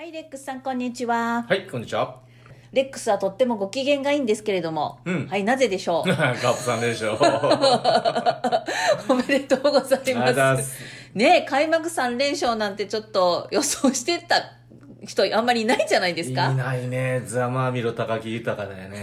い、レックスさんこんにちは。 はい、こんにちは。 レックスはとってもご機嫌がいいんですけれども、はい、なぜでしょう。 ガップさんでしょう。 おめでとうございまあざす。ねえ、開幕3連勝なんてちょっと予想してた人あんまりいないんじゃないですか。 いないね。ざまあみろ高木豊だよね。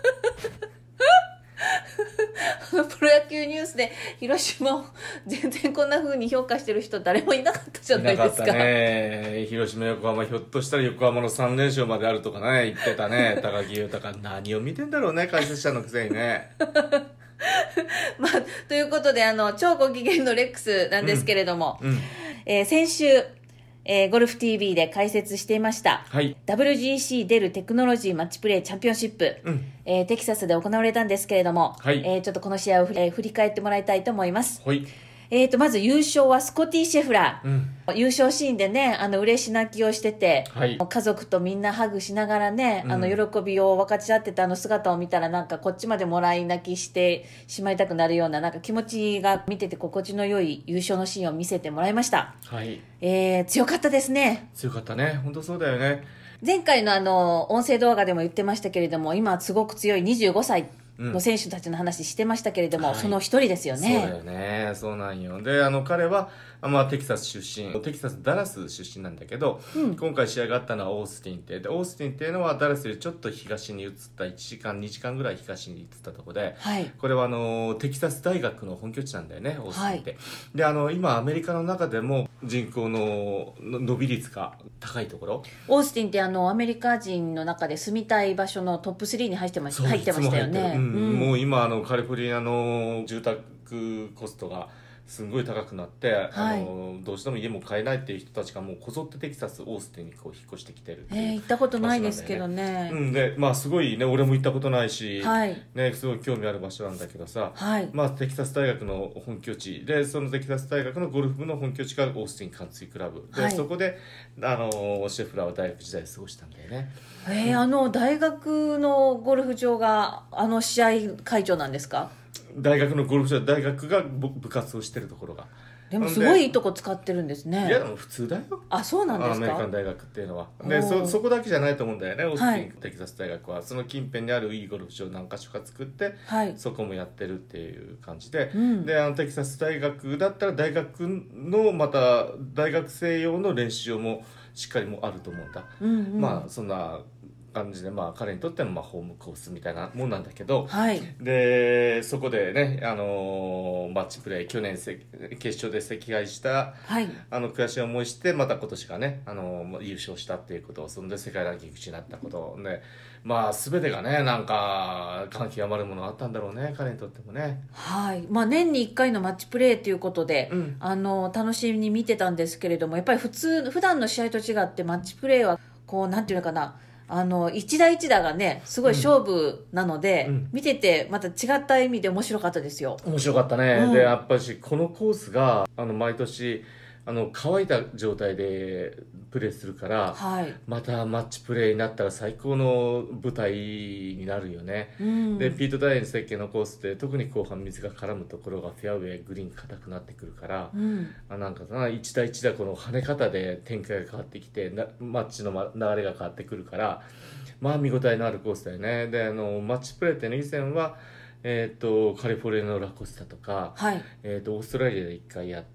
プロ野球ニュースで広島を全然こんな風に評価してる人誰もいなかったじゃないですか。 いなかったね。広島横浜、ひょっとしたら横浜の3連勝まであるとかね、言ってたね。高木豊。何を見てんだろうね、解説者のくせにね。 まあ、ということで超ご機嫌のレックスなんですけれども、先週、ゴルフ TV で解説していました、 はい、 WGC 出るテクノロジーマッチプレーチャンピオンシップ、テキサスで行われたんですけれども、 はい、 ちょっとこの試合を振り返ってもらいたいと思います。 はい、 まず優勝はスコティ・シェフラー、優勝シーンでね嬉し泣きをしてて、 はい、 家族とみんなハグしながらね、喜びを分かち合ってた姿を見たらなんかこっちまでもらい泣きしてしまいたくなるようななんか気持ちが見てて心地の良い優勝のシーンを見せてもらいました。 はい、 強かったですね。 強かったね。本当そうだよね。 前回の音声動画でも言ってましたけれども、今すごく強い25歳の選手たちの話してましたけれども、その一人ですよね。 そうだよね。そうなんよ。で、彼は、テキサス出身、テキサスダラス出身なんだけど、今回試合があったのはオースティンって、でオースティンっていうのはダラスよりちょっと東に移った1時間2時間ぐらい東に移ったところで、これはテキサス大学の本拠地なんだよね、オースティンって。で、今アメリカの中でも人口の伸び率が高いところ。 オースティンってアメリカ人の中で住みたい場所のトップ3に入ってましたよね。 もう今カリフォルニアの住宅コストがすごい高くなって、どうしても家も買えないっていう人たちがもうこぞってテキサスオースティンにこう引っ越してきてるっていう、 行ったことないですけどね。 ですごいね、俺も行ったことないし、すごい興味ある場所なんだけどさ、テキサス大学の本拠地で、そのテキサス大学のゴルフ部の本拠地がオースティンカンツリークラブで、そこでシェフラーは大学時代過ごしたんだよね。 大学のゴルフ場が試合会場なんですか？ 大学のゴルフ場、大学が部活をしてるところが。 でもすごいいいとこ使ってるんですね。 いやでも普通だよ。 あ、そうなんですか。 アメリカン大学っていうのは。で、そこだけじゃないと思うんだよね。オースティン、テキサス大学はその近辺にあるいいゴルフ場何か所か作って、そこもやってるっていう感じで、でテキサス大学だったら大学のまた大学生用の練習場もしっかりもあると思うんだ。そんな感じで、彼にとってのホームコースみたいなもんなんだけど、でそこでね、マッチプレー去年決勝で惜敗した、悔しい思いしてまた今年がね優勝したっていうことを、そんで世界ランキング1位になったことで、全てがねなんか感極まるものがあったんだろうね、彼にとってもね。 年に1回のマッチプレーということで、楽しみに見てたんですけれども、やっぱり普段の試合と違ってマッチプレーはこうなんていうのかな、一打一打がねすごい勝負なので、見ててまた違った意味で面白かったですよ。 面白かったね。でやっぱりこのコースが毎年乾いた状態でプレーするから、またマッチプレーになったら最高の舞台になるよね。でピート・ダイエン設計のコースで特に後半水が絡むところがフェアウェイグリーン硬くなってくるから、なんか一打一打この跳ね方で展開が変わってきてマッチの流れが変わってくるから、見応えのあるコースだよね。でマッチプレーって以前はカリフォルニアのラコスタとか、オーストラリアで1回やって、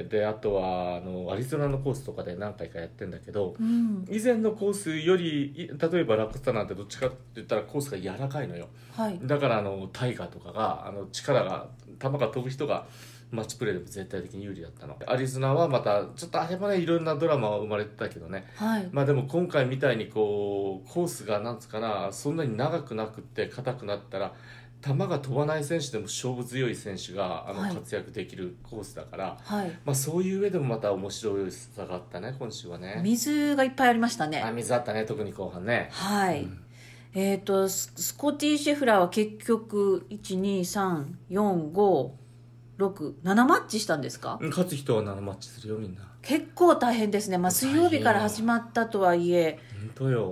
であとはアリゾナのコースとかで何回かやってるんだけど、以前のコースより例えばラコスタなんてどっちかって言ったらコースが柔らかいのよ、だからタイガーとかが力が球が飛ぶ人がマッチプレーでも絶対的に有利だったの。アリゾナはまたちょっとあれもねいろんなドラマは生まれてたけどね、でも今回みたいにこうコースがなんつうかな、そんなに長くなくって硬くなったら球が飛ばない選手でも勝負強い選手が活躍できるコースだから、そういう上でもまた面白いさがあったね今週はね。 水がいっぱいありましたね。 水あったね、特に後半ね。 スコティ・シェフラーは結局1234567マッチしたんですか？ 勝つ人は7マッチするよみんな。 結構大変ですね。水曜日から始まったとはいえ。 本当よ。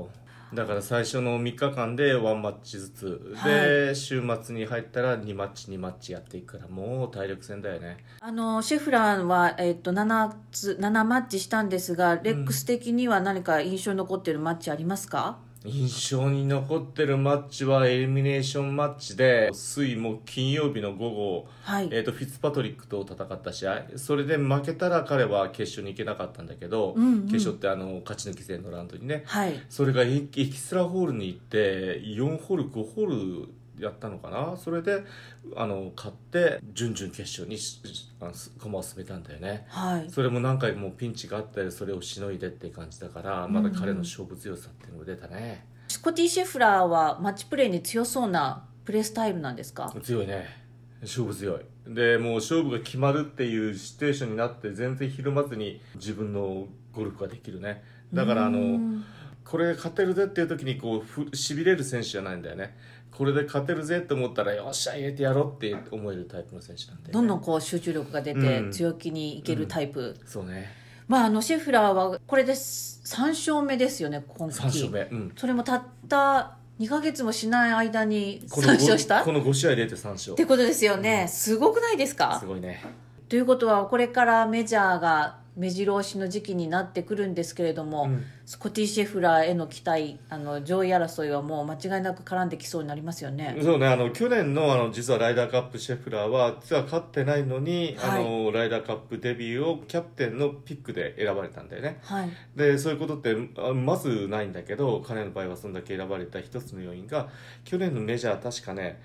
だから最初の3日間で1マッチずつで、週末に入ったら2マッチ2マッチやっていくから、もう体力戦だよね。 シェフラーは、7マッチしたんですが、レックス的には何か印象に残っているマッチありますか？ 印象に残ってるマッチはエリミネーションマッチで、水木金曜日の午後、フィッツパトリックと戦った試合、それで負けたら彼は決勝に行けなかったんだけど、決勝って勝ち抜き戦のラウンドにね、それがエキストラホールに行って4ホール5ホールやったのかな。それで勝って準々決勝に駒を進めたんだよね、それも何回もピンチがあってそれをしのいでって感じだから、まだ彼の勝負強さっていうのが出たね。 スコティ・シェフラーはマッチプレーに強そうなプレースタイルなんですか？ 強いね、勝負強いで、もう勝負が決まるっていうシチュエーションになって全然ひるまずに自分のゴルフができるね。だからこれ勝てるぜっていう時にしびれる選手じゃないんだよね。これで勝てるぜと思ったらよっしゃ入れてやろうって思えるタイプの選手なんで、ね、 どんどん集中力が出て強気にいけるタイプ、 そうね。 シェフラーはこれで3勝目ですよね今季。3 勝目、 それもたった2ヶ月もしない間に3勝した。 この5試合出て3勝ってことですよね、すごくないですか？ すごいね。 ということはこれからメジャーが目白押しの時期になってくるんですけれども、スコティ・シェフラーへの期待、上位争いはもう間違いなく絡んできそうになりますよね。 そうね、去年の実はライダーカップシェフラーは実は勝ってないのに、ライダーカップデビューをキャプテンのピックで選ばれたんだよね、でそういうことってまずないんだけど、彼の場合はそんだけ選ばれた一つの要因が、去年のメジャー確かね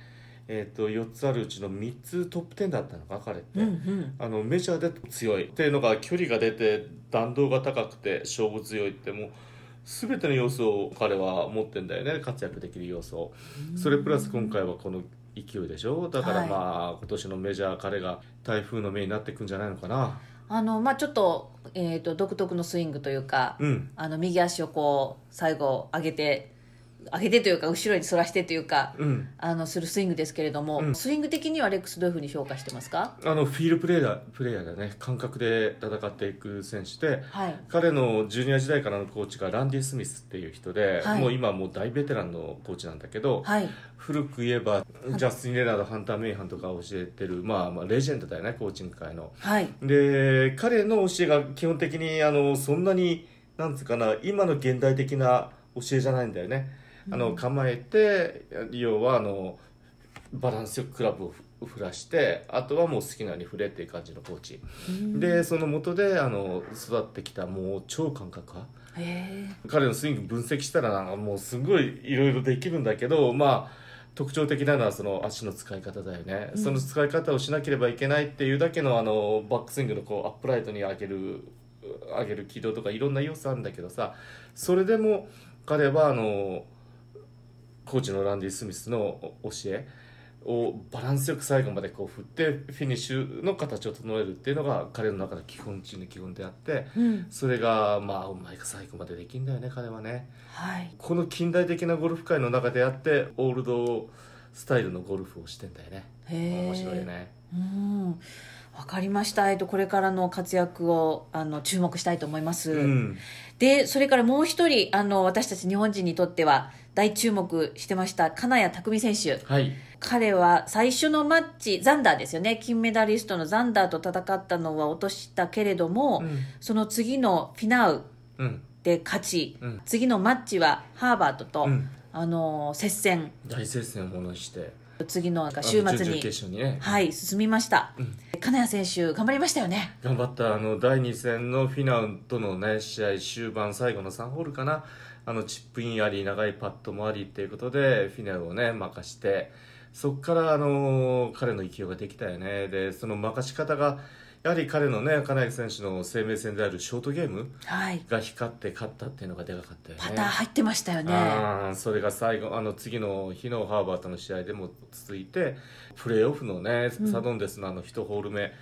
4つあるうちの3つトップ10だったのか彼って、メジャーで強いっていうのが、距離が出て弾道が高くて勝負強いって、もう全ての要素を彼は持ってんだよね、活躍できる要素を。それプラス今回はこの勢いでしょ。だから今年のメジャー彼が台風の目になっていくんじゃないのかな。 ちょっと、独特のスイングというか、右足を最後上げてというか後ろに反らしてというか、するスイングですけれども、スイング的にはレックスどういうふうに評価してますか？ フィールプレイヤーだね。感覚で戦っていく選手で、彼のジュニア時代からのコーチがランディ・スミスっていう人で、もう今もう大ベテランのコーチなんだけど、古く言えばジャスティン・レナード、ハンター・メイハンとか教えてる、レジェンドだよね、コーチング界の。で彼の教えが基本的にそんなになんつうかな、今の現代的な教えじゃないんだよね。構えて、要はバランスよくクラブを振らして、あとはもう好きなように振れっていう感じのコーチで、その下で育ってきたもう超感覚派。彼のスイング分析したらもうすごいいろいろできるんだけど、特徴的なのはその足の使い方だよね、その使い方をしなければいけないっていうだけのバックスイングのアップライトに上げる軌道とかいろんな要素あるんだけどさ、それでも彼はコーチのランディ・スミスの教えをバランスよく最後まで振ってフィニッシュの形を整えるっていうのが彼の中の基本中の基本であって、それがうまく最後までできるんだよね彼はね、この近代的なゴルフ界の中であってオールドスタイルのゴルフをしてんだよね。面白いね。 わかりました。これからの活躍を注目したいと思います、でそれからもう一人私たち日本人にとっては大注目してました金谷拓実選手、彼は最初のマッチザンダーですよね、金メダリストのザンダーと戦ったのは落としたけれども、その次のフィナウで勝ち、次のマッチはハーバートと、大接戦をものにして次の週末に進みました、金谷選手頑張りましたよね。 頑張った。第2戦のフィナウとの、試合終盤最後の3ホールかな、チップインあり長いパットもありっていうことでフィナウを任して、そこから彼の勢いができたよね。でその任し方がやはり彼の金谷選手の生命線であるショートゲームが光って勝ったっていうのがでかかったよね。 パター入ってましたよね。 それが最後次の日のハーバーとの試合でも続いて、プレーオフのサドンデスの1ホール目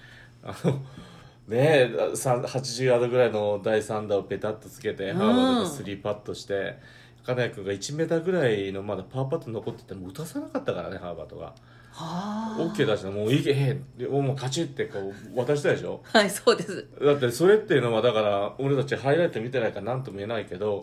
80ヤードぐらいの第3打をペタッとつけて、ハーバーで3パットして、金谷君が1メーターぐらいのまだパーパット残ってても打たさなかったからね、ハーバートが。OK だし、もういけもう勝ちって渡したでしょ。 そうです。 だってそれっていうのはだから俺たちハイライト見てないから何とも言えないけど、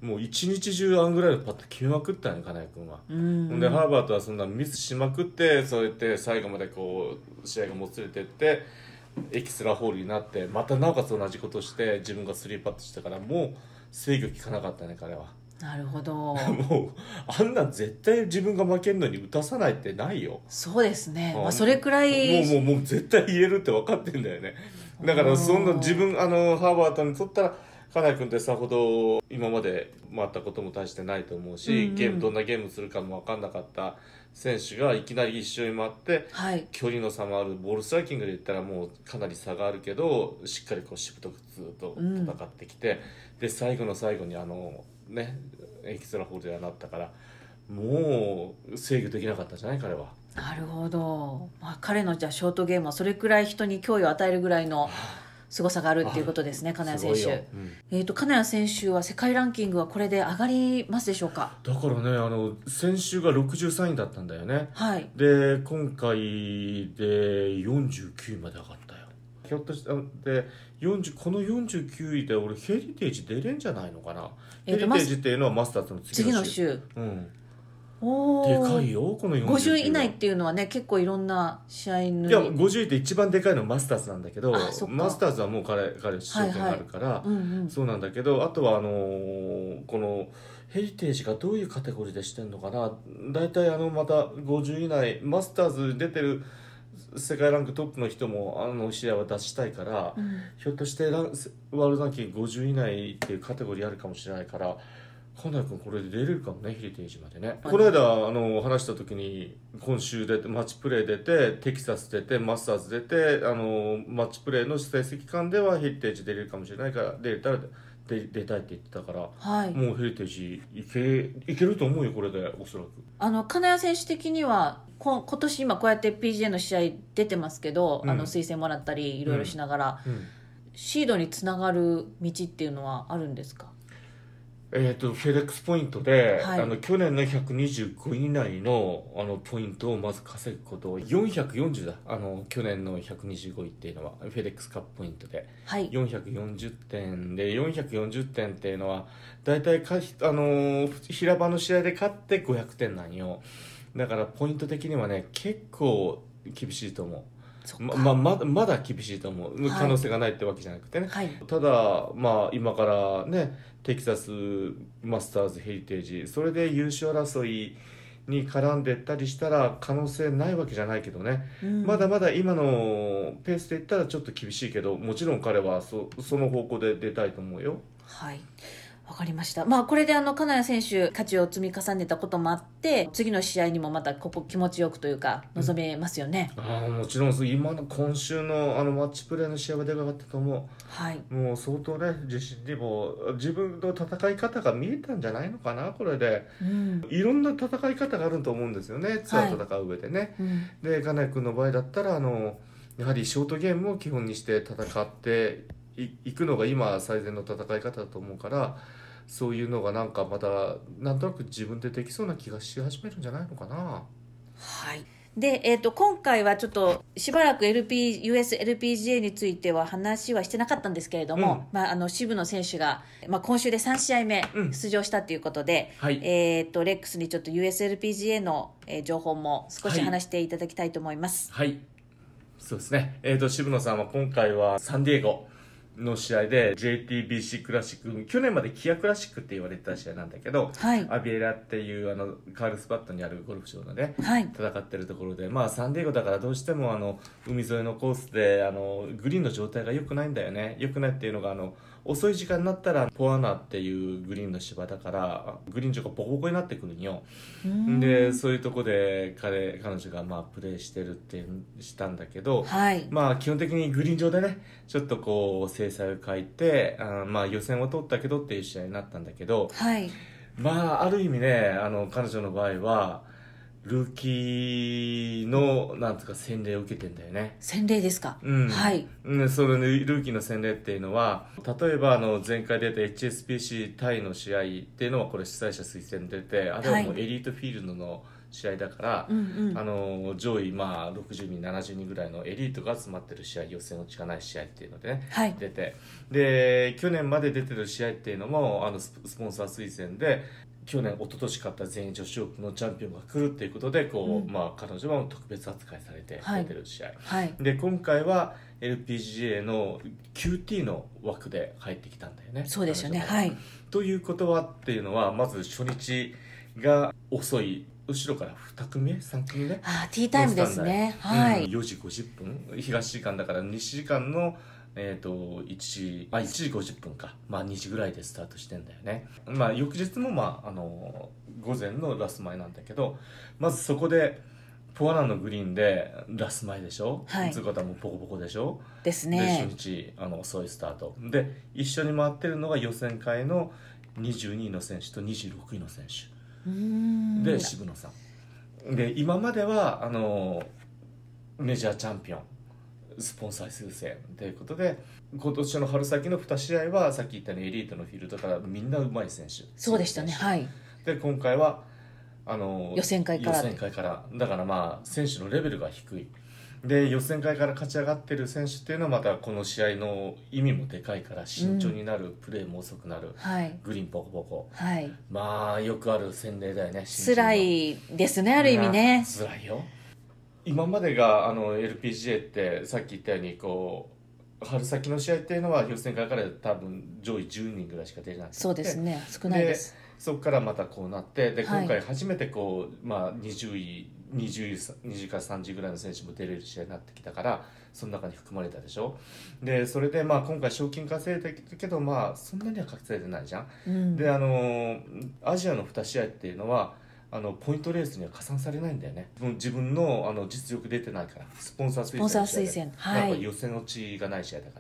もう一日中あんぐらいのパット決めまくったんよ金谷君は。でハーバートはそんなミスしまくって、そうやって最後までこう試合がもつれてってエキストラホールになって、またなおかつ同じことをして自分が3パットしたから、もう制御効かなかったね彼は。 なるほど。 もうあんなん絶対自分が負けるのに打たさないってないよ。 そうですね、まあ、それくらいもう絶対言えるって分かってんだよね。だからそんな自分ハーバートにとったら金谷君ってさほど今まで回ったことも大してないと思うし、どんなゲームするかも分かんなかった選手がいきなり一緒に回って、はい、距離の差もある。ボールストライキングで言ったらもうかなり差があるけど、しっかりこうしぶとくずっと戦ってきて、で最後の最後にねエキストラホールではなったから、もう制御できなかったじゃない彼は。なるほど、まあ、彼のじゃあショートゲームはそれくらい人に脅威を与えるぐらいの凄さがあるっていうことですね、金谷選手。金谷選手は世界ランキングはこれで上がりますでしょうか。 だからね、先週が63位だったんだよね。はい。で今回で49位まで上がったよ。ひょっとしてでこの49位で俺ヘリテージ出れんじゃないのかな。ヘリテージっていうのはマスターズの次の週。うん。でかいよこの49 50位以内っていうのはね、結構いろんな試合の。 いや50位って一番でかいのはマスターズなんだけど、マスターズはもう彼出場権があるから、そうなんだけど、あとはこのヘリテージがどういうカテゴリーでしてんのかな。だいたいまた50位以内、マスターズ出てる世界ランクトップの人も試合は出したいから、ひょっとしてワールドランキング50位以内っていうカテゴリーあるかもしれないから、金谷君これで出れるかもね、ヘリテージまでね。この間話した時に、今週出てマッチプレー出て、テキサス出て、マスターズ出て、マッチプレーの成績間ではヘリテージ出れるかもしれないから、出れたら出たいって言ってたから、はい、もうヘリテージいけると思うよこれで。おそらく金谷選手的には今年今こうやって PGA の試合出てますけど、推薦もらったりいろいろしながら、シードにつながる道っていうのはあるんですか。 フェデックスポイントで、はい、去年の125位以内のポイントをまず稼ぐことを440だ。去年の125位っていうのはフェデックスカップポイントで、はい、440点で、440点っていうのはだいたい平場の試合で勝って500点なんよ。だからポイント的にはね結構厳しいと思う。まだ厳しいと思う。可能性がないってわけじゃなくてね、はい、ただ今からねテキサスマスターズヘリテージ、それで優勝争いに絡んでったりしたら可能性ないわけじゃないけどね、まだまだ今のペースでいったらちょっと厳しいけど、もちろん彼はその方向で出たいと思うよ。 はい、わかりました。これで金谷選手価値を積み重ねたこともあって、次の試合にもまたここ気持ちよくというか臨めますよね。 もちろん今週のマッチプレーの試合はでかかったと思う。はい、もう相当ね自信にも自分の戦い方が見えたんじゃないのかなこれで、いろんな戦い方があると思うんですよね、ツアー戦う上でね。で金谷君の場合だったらやはりショートゲームを基本にして戦っていくのが今最善の戦い方だと思うから、そういうのがなんかまたなんとなく自分でできそうな気がし始めるんじゃないのかな。 はい。で、今回はちょっとしばらくUS LPGA については話はしてなかったんですけれども、渋野選手が、今週で3試合目出場したということで、はい、レックスにちょっと US LPGA の、情報も少し話していただきたいと思います。 はい、そうですね。渋野さんは今回はサンディエゴの試合で JTBC クラシック、去年までキアクラシックって言われてた試合なんだけど、はい、アビエラっていうカールスパットにあるゴルフ場のね、はい、戦ってるところで、サンディエゴだからどうしても海沿いのコースでグリーンの状態が良くないんだよね。良くないっていうのが遅い時間になったらポアナっていうグリーンの芝だからグリーン上がボコボコになってくるんよ。でそういうとこで彼女がプレーしてるってしたんだけど、はい、基本的にグリーン上でねちょっとこう精彩を欠いて予選を取ったけどっていう試合になったんだけど、はい、ある意味ね彼女の場合はルーキーのなんとか洗礼を受けてんだよね。 洗礼ですか。はい。 そのルーキーの洗礼っていうのは、例えば前回出た HSBC タイの試合っていうのはこれ主催者推薦出て、あれはもうエリートフィールドの試合だから、上位60人70人ぐらいのエリートが集まってる試合、予選落ちがない試合っていうのでね、出て、で去年まで出てる試合っていうのもスポンサー推薦で去年一昨年勝った全英女子オープンのチャンピオンが来るっていうことでこう、彼女は特別扱いされて出てる試合、で今回は LPGA の QT の枠で入ってきたんだよね。 そうですよね。 ということはっていうのは、まず初日が遅い、後ろから2組目3組目、 ティータイムですね。 4時50分東時間だから西時間の1時50分か、2時ぐらいでスタートしてんだよね。翌日も午前のラス前なんだけど、まずそこでポアランのグリーンでラス前でしょ、ということはもうボコボコでしょですね。 で初日遅いスタートで、一緒に回ってるのが予選会の22位の選手と26位の選手で渋野さんで、今まではメジャーチャンピオンスポンサー推薦ということで、今年の春先の2試合はさっき言ったようにエリートのフィールドからみんな上手い選手、 そうでしたね。 で今回は予選会からだから選手のレベルが低いで、予選会から勝ち上がってる選手っていうのはまたこの試合の意味もでかいから、慎重になる、プレーも遅くなる、グリーンボコボコ、よくある洗礼だよね。 辛いですね、ある意味ね。 辛いよ。今までがLPGA ってさっき言ったようにこう春先の試合っていうのは予選会から多分上位10人ぐらいしか出れなくて、 そうですね、少ないです。 そこからまたこうなって、で今回初めてこう、20位から30位ぐらいの選手も出れる試合になってきたから、その中に含まれたでしょ。でそれで今回賞金稼いでるけどそんなには稼いでないじゃん、でアジアの2試合っていうのはポイントレースには加算されないんだよね。自分の実力出てないから、スポンサー推薦やっぱ予選落ちがない試合だから、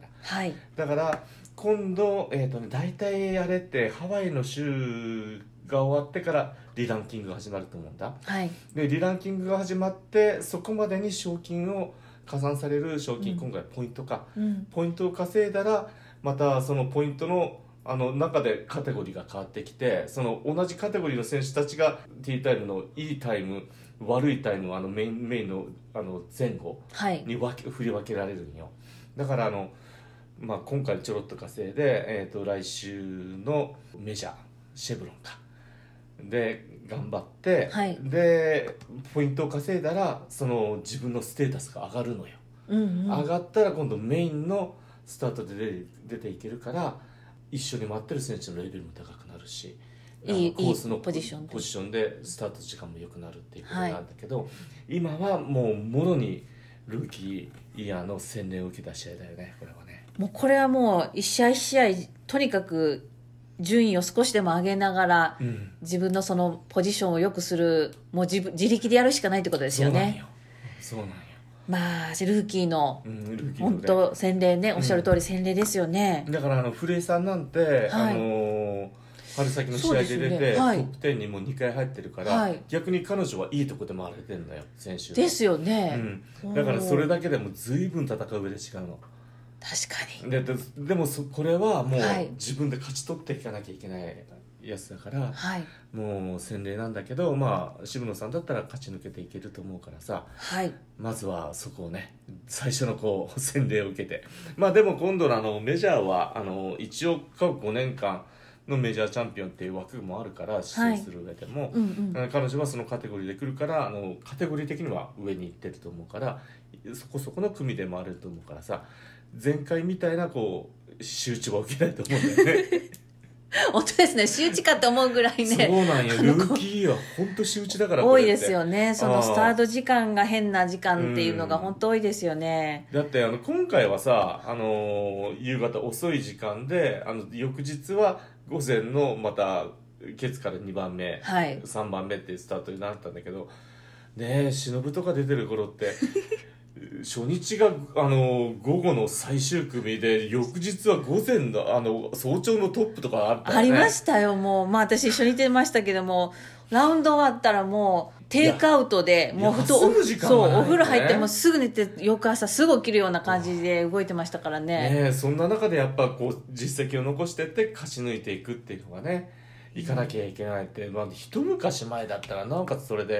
だから今度、大体あれってハワイの週が終わってからリランキングが始まると思うんだ、でリランキングが始まってそこまでに賞金を加算される賞金、今回ポイントか、ポイントを稼いだらまたそのポイントの中でカテゴリーが変わってきて、その同じカテゴリーの選手たちがティータイムのいいタイム悪いタイムメインの前後に振り分けられるんよ。だから今回ちょろっと稼いで、来週のメジャーシェブロンかで頑張って、でポイントを稼いだらその自分のステータスが上がるのよ、上がったら今度メインのスタートで出ていけるから、一緒に待ってる選手のレベルも高くなるし、コースのポジションでスタート時間も良くなるっていうことなんだけど、今はもうもろにルーキーイヤーの洗礼を受けた試合だよね。これはね、 これはもう一試合一試合とにかく順位を少しでも上げながら、自分のそのポジションを良くする、もう自力でやるしかないってことですよね。 そうなんよ。 ルーキーの本当洗礼ね、おっしゃる通り洗礼ですよね。 だから古江さんなんて、春先の試合で出て、トップ10にも2回入ってるから、逆に彼女はいいとこで回れてるんだよ、選手ですよね、 だからそれだけでも随分戦う上で違うの。 確かにでもこれはもう自分で勝ち取っていかなきゃいけないやつだから、もう洗礼なんだけど、渋野さんだったら勝ち抜けていけると思うからさ、まずはそこをね、最初の洗礼を受けて、でも今度のメジャーは一応過去5年間のメジャーチャンピオンっていう枠もあるから、出場する上でも、彼女はそのカテゴリーで来るから、カテゴリー的には上に行ってると思うから、そこそこの組で回れると思うからさ、前回みたいな仕打ちは受けないと思うんだよね。 本当ですね、仕打ちかって思うぐらいね。 そうなんよ、ルーキーは本当仕打ちだから。 多いですよね、そのスタート時間が変な時間っていうのが本当多いですよね。 だって今回はさ、夕方遅い時間で翌日は午前のまたケツから2番目、3番目っていうスタートになったんだけどね、忍とか出てる頃って初日が午後の最終組で、翌日は午前の早朝のトップとかあったよね。 ありましたよ。もう私一緒にいてましたけども、ラウンド終わったらもうテイクアウトでもうお風呂入ってもすぐ寝て、翌朝すぐ起きるような感じで動いてましたからね。 そんな中でやっぱ実績を残してって勝ち抜いていくっていうのがね、いかなきゃいけないって、一昔前だったらなおかつそれで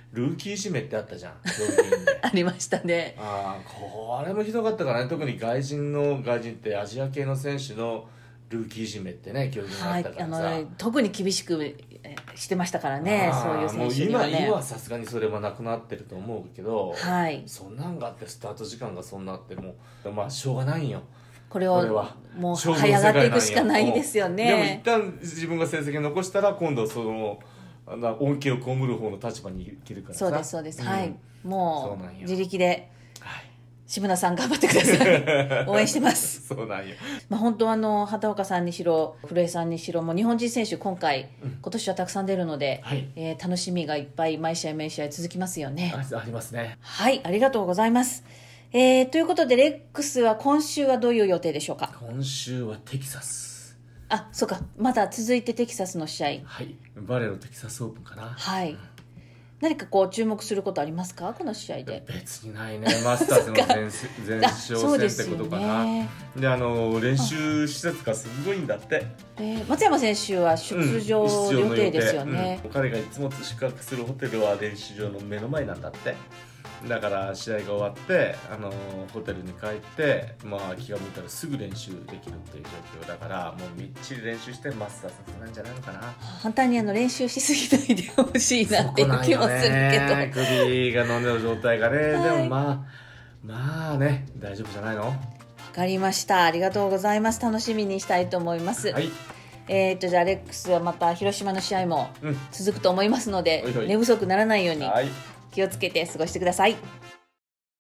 ルーキー締めってあったじゃん競技員でありましたね。 これもひどかったからね。特に外人ってアジア系の選手のルーキー締めってね競技にあったからさ、 特に厳しくしてましたからね、そういう選手にはね。 今はさすがにそれもなくなってると思うけど、 はい、 そんなんがあってスタート時間がそんなあってもまあしょうがないんよ。 これはもう這い上がっていくしかないですよね。 でも一旦自分が成績残したら今度その恩恵を被る方の立場にいけるからさ。 そうですそうです、はい、もう自力で、志村さん頑張ってください応援してますそうなんよ、 本当畑岡さんにしろ古江さんにしろもう日本人選手今年はたくさん出るので、楽しみがいっぱい毎試合続きますよね。 ありますね。 はい、ありがとうございます。ということでレックスは今週はどういう予定でしょうか。 今週はテキサス。 そうか、まだ続いてテキサスの試合。 はい、バレーのテキサスオープンかな。 はい、何か注目することありますかこの試合で。 別にないね。マスターズの前哨戦ってことかな。で練習施設がすごいんだって。 松山選手は出場予定ですよね。 彼がいつも宿泊するホテルは練習場の目の前なんだって。だから試合が終わってホテルに帰って気が向いたらすぐ練習できるっていう状況だからもうみっちり練習してマスターズなんじゃないのかな。 反対に練習しすぎないでほしいなっていう気もするけど、 首が飲んでる状態がね、でもまあね大丈夫じゃないの。わかりました、ありがとうございます。楽しみにしたいと思います。はい、じゃあレックスはまた広島の試合も続くと思いますので、寝不足ならないように気をつけて過ごしてください。